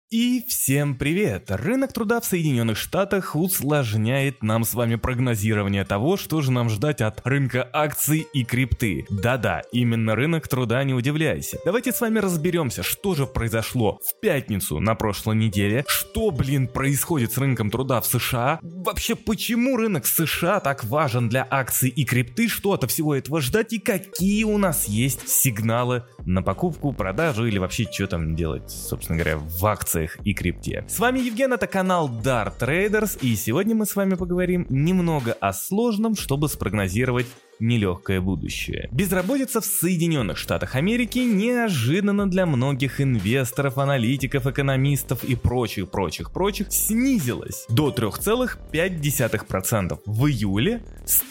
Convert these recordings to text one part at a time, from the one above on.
И всем привет! Рынок труда в Соединенных Штатах усложняет нам с вами прогнозирование того, что же нам ждать от рынка акций и крипты. Да-да, именно рынок труда, не удивляйся. Давайте с вами разберемся, что же произошло в пятницу на прошлой неделе, что, происходит с рынком труда в США, вообще почему рынок США так важен для акций и крипты, что от всего этого ждать и какие у нас есть сигналы на покупку, продажу или вообще что там делать, собственно говоря, в акциях и крипте. С вами Евген, это канал Dart Traders, и сегодня мы с вами поговорим немного о сложном, чтобы спрогнозировать нелегкое будущее. Безработица в Соединенных Штатах Америки неожиданно для многих инвесторов, аналитиков, экономистов и прочих снизилась до 3,5% в июле с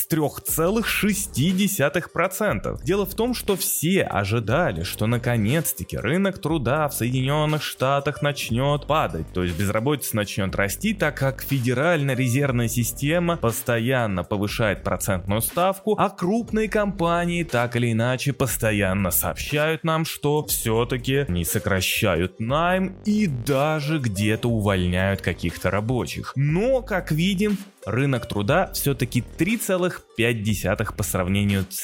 3,6%. Дело в том, что все ожидали, что наконец-таки рынок труда в Соединенных Штатах начнет падать, то есть безработица начнет расти, так как Федеральная резервная система постоянно повышает процентную ставку, а крупные компании так или иначе постоянно сообщают нам, что все-таки они сокращают найм и даже где-то увольняют каких-то рабочих. Но, как видим, рынок труда все-таки 3,5 по сравнению с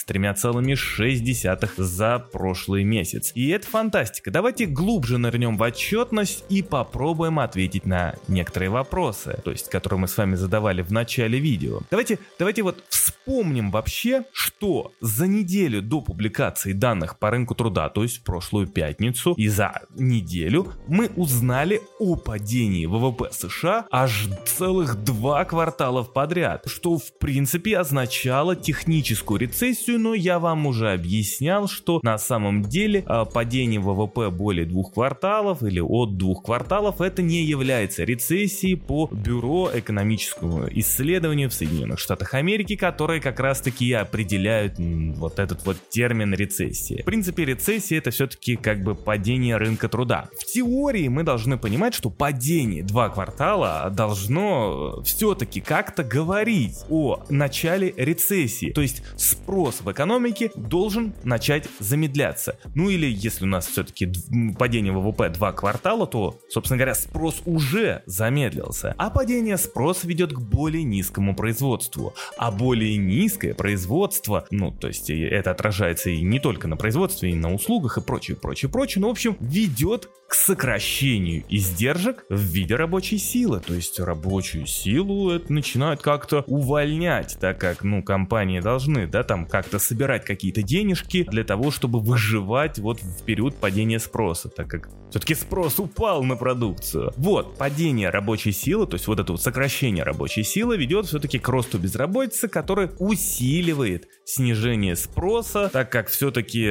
3,6 за прошлый месяц. И это фантастика. Давайте глубже нырнем в отчетность и попробуем ответить на некоторые вопросы, то есть, которые мы с вами задавали в начале видео. Давайте вот вспомним вообще, что за неделю до публикации данных по рынку труда, то есть в прошлую пятницу, и за неделю мы узнали о падении ВВП США аж целых 2 квартала подряд, что в принципе означало техническую рецессию, но я вам уже объяснял, что на самом деле падение ВВП более 2 кварталов или от 2 кварталов это не является рецессией по Бюро экономического исследования в Соединенных Штатах Америки, которые как раз таки определяют вот этот вот термин рецессии. В принципе, рецессия это все-таки как бы падение рынка труда. В теории мы должны понимать, что падение 2 квартала должно все-таки как-то говорить о начале рецессии, то есть спрос в экономике должен начать замедляться. Ну или если у нас все-таки падение ВВП 2 квартала, то, собственно говоря, спрос уже замедлился, а падение спроса ведет к более низкому производству, а более низкое производство, то есть это отражается и не только на производстве, и на услугах и прочее, но в общем ведет к сокращению издержек в виде рабочей силы, то есть рабочую силу это начинают как-то увольнять, так как, компании должны, там как-то собирать какие-то денежки для того, чтобы выживать вот в период падения спроса, так как все-таки спрос упал на продукцию. Вот, падение рабочей силы, то есть вот это вот сокращение рабочей силы ведет все-таки к росту безработицы, который усиливает снижение спроса, так как все-таки,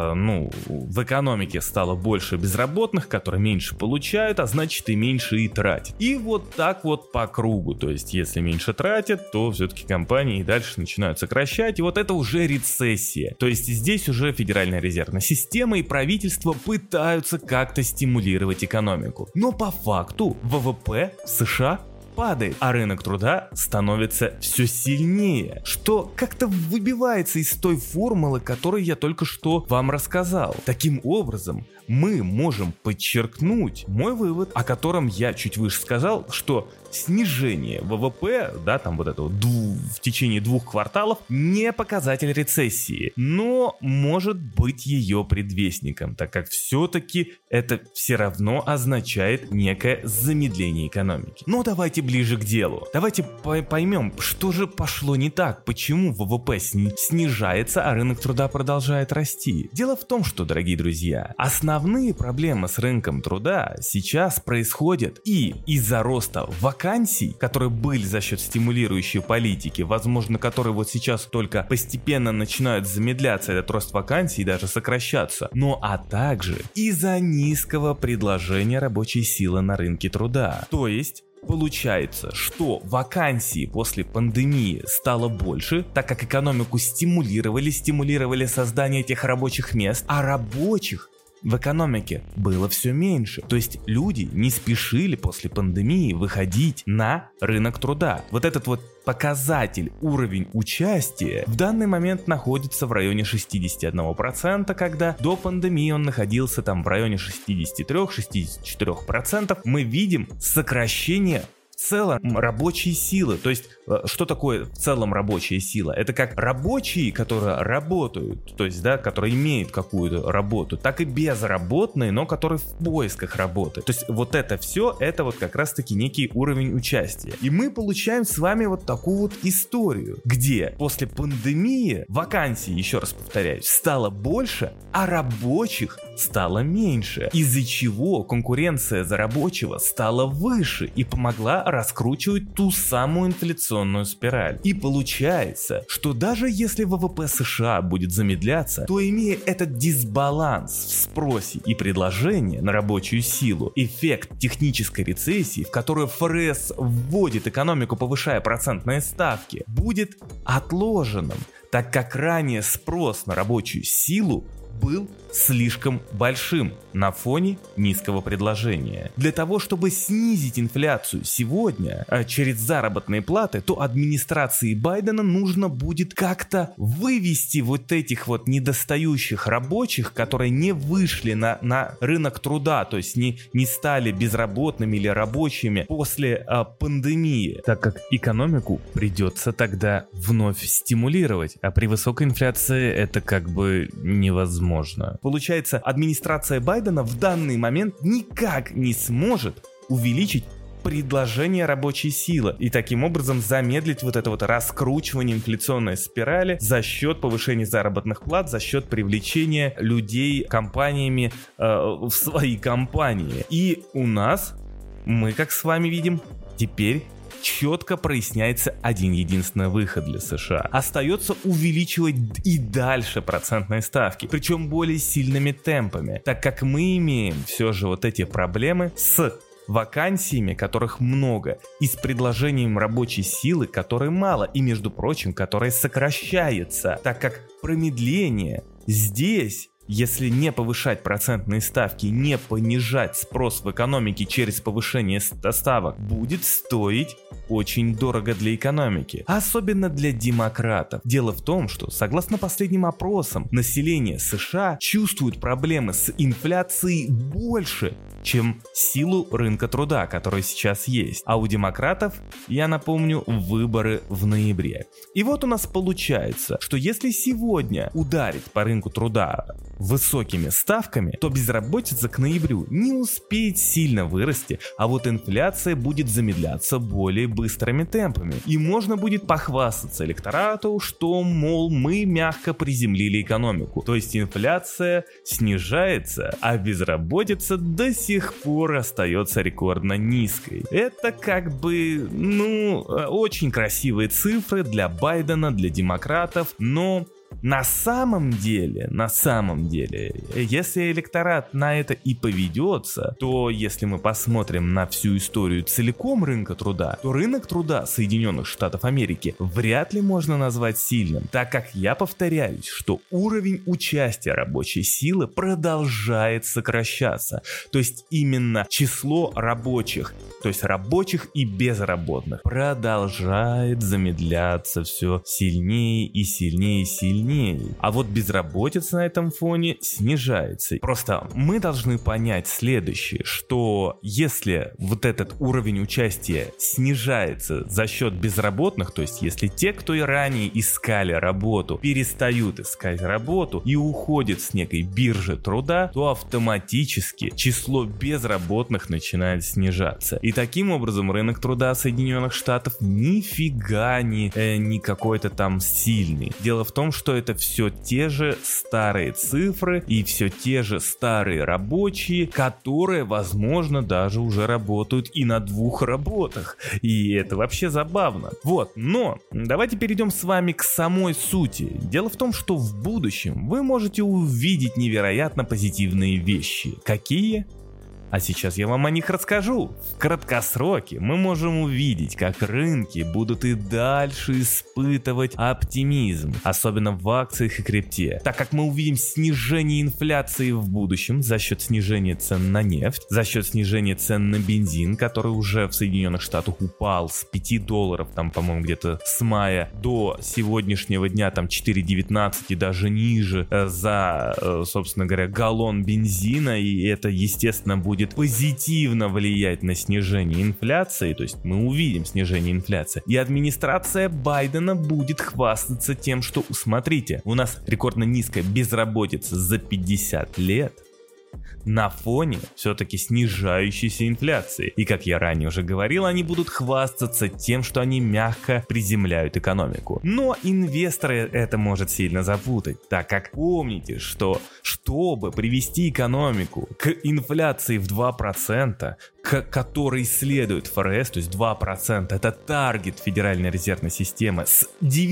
в экономике стало больше безработных, которые меньше получают, а значит и меньше и тратят. И вот так вот по кругу, то есть если меньше тратят, то все-таки компании дальше начинают сокращать, и вот это уже рецессия. То есть здесь уже Федеральная резервная система и правительство пытаются как-то стимулировать экономику. Но по факту ВВП в США падает, а рынок труда становится все сильнее, что как-то выбивается из той формулы, которую я только что вам рассказал. Таким образом, мы можем подчеркнуть мой вывод, о котором я чуть выше сказал, что снижение ВВП, в течение 2 кварталов не показатель рецессии, но может быть ее предвестником, так как все-таки это все равно означает некое замедление экономики. Но давайте ближе к делу. Давайте поймем, что же пошло не так, почему ВВП снижается, а рынок труда продолжает расти. Дело в том, что, дорогие друзья, основные проблемы с рынком труда сейчас происходят и из-за роста вакансий, которые были за счет стимулирующей политики, возможно, которые вот сейчас только постепенно начинают замедляться, этот рост вакансий и даже сокращаться, а также из-за низкого предложения рабочей силы на рынке труда. То есть получается, что вакансий после пандемии стало больше, так как экономику стимулировали создание этих рабочих мест, а рабочих в экономике было все меньше. То есть люди не спешили после пандемии выходить на рынок труда. Вот этот вот показатель, уровень участия в данный момент находится в районе 61%, когда до пандемии он находился там в районе 63-64%. Мы видим сокращение в целом рабочей силы. То есть, что такое в целом рабочая сила? Это как рабочие, которые работают, то есть, да, которые имеют какую-то работу, так и безработные, но которые в поисках работы. То есть, вот это все, это вот как раз-таки некий уровень участия. И мы получаем с вами вот такую вот историю, где после пандемии вакансий, еще раз повторяюсь, стало больше, а рабочих стало меньше, из-за чего конкуренция за рабочего стала выше и помогла раскручивать ту самую инфляционную спираль. И получается, что даже если ВВП США будет замедляться, то имея этот дисбаланс в спросе и предложении на рабочую силу, эффект технической рецессии, в которую ФРС вводит экономику, повышая процентные ставки, будет отложенным, так как ранее спрос на рабочую силу был слишком большим на фоне низкого предложения. Для того, чтобы снизить инфляцию сегодня через заработные платы, то администрации Байдена нужно будет как-то вывести вот этих вот недостающих рабочих, которые не вышли на рынок труда, то есть не стали безработными или рабочими после пандемии, так как экономику придется тогда вновь стимулировать, а при высокой инфляции это как бы невозможно. Получается, администрация Байдена в данный момент никак не сможет увеличить предложение рабочей силы и таким образом замедлить вот это вот раскручивание инфляционной спирали за счет повышения заработных плат, за счет привлечения людей компаниями в свои компании. И у нас, мы как с вами видим, теперь четко проясняется один единственный выход для США. Остается увеличивать и дальше процентные ставки, причем более сильными темпами, так как мы имеем все же вот эти проблемы с вакансиями, которых много, и с предложением рабочей силы, которой мало, и, между прочим, которая сокращается, так как промедление здесь, если не повышать процентные ставки, не понижать спрос в экономике через повышение ставок, будет стоить очень дорого для экономики, особенно для демократов. Дело в том, что, согласно последним опросам, население США чувствует проблемы с инфляцией больше, чем силу рынка труда, который сейчас есть. А у демократов, я напомню, выборы в ноябре. И вот у нас получается, что если сегодня ударить по рынку труда высокими ставками, то безработица к ноябрю не успеет сильно вырасти, а вот инфляция будет замедляться более быстрыми темпами. И можно будет похвастаться электорату, что, мол, мы мягко приземлили экономику. То есть инфляция снижается, а безработица до сих пор остается рекордно низкой. Это как бы, очень красивые цифры для Байдена, для демократов, но на самом деле, если электорат на это и поведется, то если мы посмотрим на всю историю целиком рынка труда, то рынок труда Соединенных Штатов Америки вряд ли можно назвать сильным, так как я повторяюсь, что уровень участия рабочей силы продолжает сокращаться, то есть именно число рабочих, то есть рабочих и безработных, продолжает замедляться все сильнее и сильнее и сильнее. А вот безработица на этом фоне снижается. Просто мы должны понять следующее, что если вот этот уровень участия снижается за счет безработных, то есть если те, кто и ранее искали работу, перестают искать работу и уходят с некой биржи труда, то автоматически число безработных начинает снижаться. И таким образом рынок труда Соединенных Штатов нифига не какой-то там сильный. Дело в том, что это все те же старые цифры и все те же старые рабочие, которые, возможно, даже уже работают и на 2 работах. И это вообще забавно. Вот, но давайте перейдем с вами к самой сути. Дело в том, что в будущем вы можете увидеть невероятно позитивные вещи. Какие? А сейчас я вам о них расскажу. В краткосроке мы можем увидеть, как рынки будут и дальше испытывать оптимизм, особенно в акциях и крипте, так как мы увидим снижение инфляции в будущем за счет снижения цен на нефть, за счет снижения цен на бензин, который уже в Соединенных Штатах упал с $5, там, по-моему, где-то с мая до сегодняшнего дня, там, 4,19 и даже ниже за, собственно говоря, галлон бензина, и это, естественно, будет позитивно влиять на снижение инфляции, то есть мы увидим снижение инфляции, и администрация Байдена будет хвастаться тем, что, смотрите, у нас рекордно низкая безработица за 50 лет, на фоне все-таки снижающейся инфляции. И как я ранее уже говорил, они будут хвастаться тем, что они мягко приземляют экономику. Но инвесторы это может сильно запутать, так как помните, что чтобы привести экономику к инфляции в 2%, к которой следует ФРС, то есть 2%, это таргет Федеральной резервной системы, с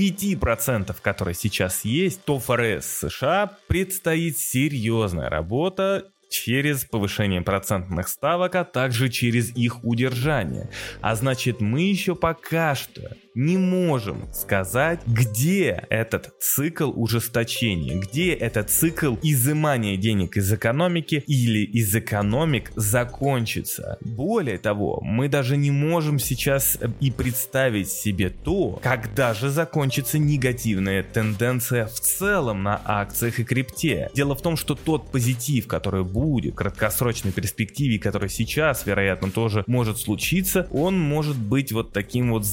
9%, который сейчас есть, то ФРС США предстоит серьезная работа через повышение процентных ставок, а также через их удержание. А значит, мы еще пока что не можем сказать, где этот цикл ужесточения, где этот цикл изымания денег из экономики или из экономик закончится. Более того, мы даже не можем сейчас и представить себе то, когда же закончится негативная тенденция в целом на акциях и крипте. Дело в том, что тот позитив, который будет в краткосрочной перспективе, который сейчас, вероятно, тоже может случиться, он может быть вот таким вот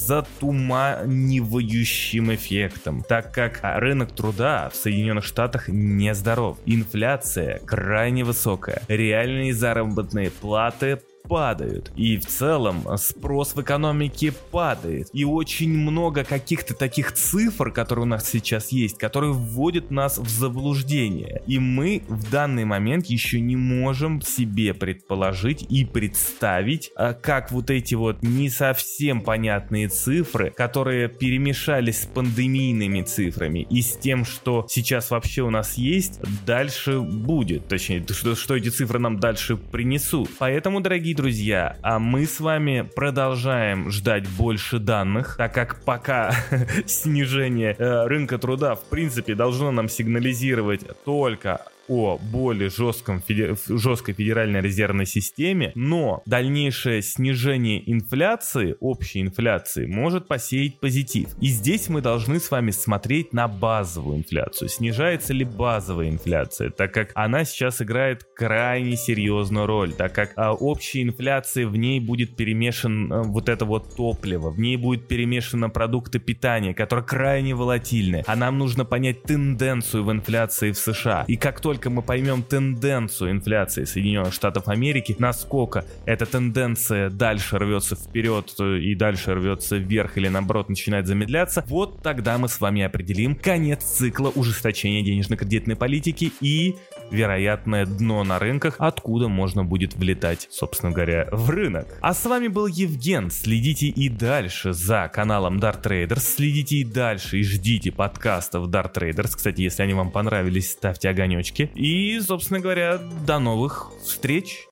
затуманивающим эффектом, так как рынок труда в Соединенных Штатах нездоров, инфляция крайне высокая, реальные заработные платы падают, и в целом спрос в экономике падает, и очень много каких-то таких цифр, которые у нас сейчас есть, которые вводят нас в заблуждение, и мы в данный момент еще не можем себе предположить и представить, как вот эти вот не совсем понятные цифры, которые перемешались с пандемийными цифрами и с тем, что сейчас вообще у нас есть, дальше будет, точнее, что эти цифры нам дальше принесут. Поэтому, дорогие друзья, а мы с вами продолжаем ждать больше данных, так как пока снижение рынка труда в принципе должно нам сигнализировать только о более жесткой федеральной резервной системе, но дальнейшее снижение инфляции, общей инфляции, может посеять позитив. И здесь мы должны с вами смотреть на базовую инфляцию. Снижается ли базовая инфляция, так как она сейчас играет крайне серьезную роль, так как общей инфляции в ней будет перемешан вот это вот топливо, в ней будет перемешано продукты питания, которые крайне волатильны, а нам нужно понять тенденцию в инфляции в США. И как только мы поймем тенденцию инфляции Соединенных Штатов Америки, насколько эта тенденция дальше рвется вперед и дальше рвется вверх или наоборот начинает замедляться, вот тогда мы с вами определим конец цикла ужесточения денежно-кредитной политики и вероятное дно на рынках, откуда можно будет влетать, собственно говоря, в рынок. А с вами был Евген. Следите и дальше за каналом Dart Traders, следите и дальше и ждите подкастов Dart Traders. Кстати, если они вам понравились, ставьте огонечки. И, собственно говоря, до новых встреч!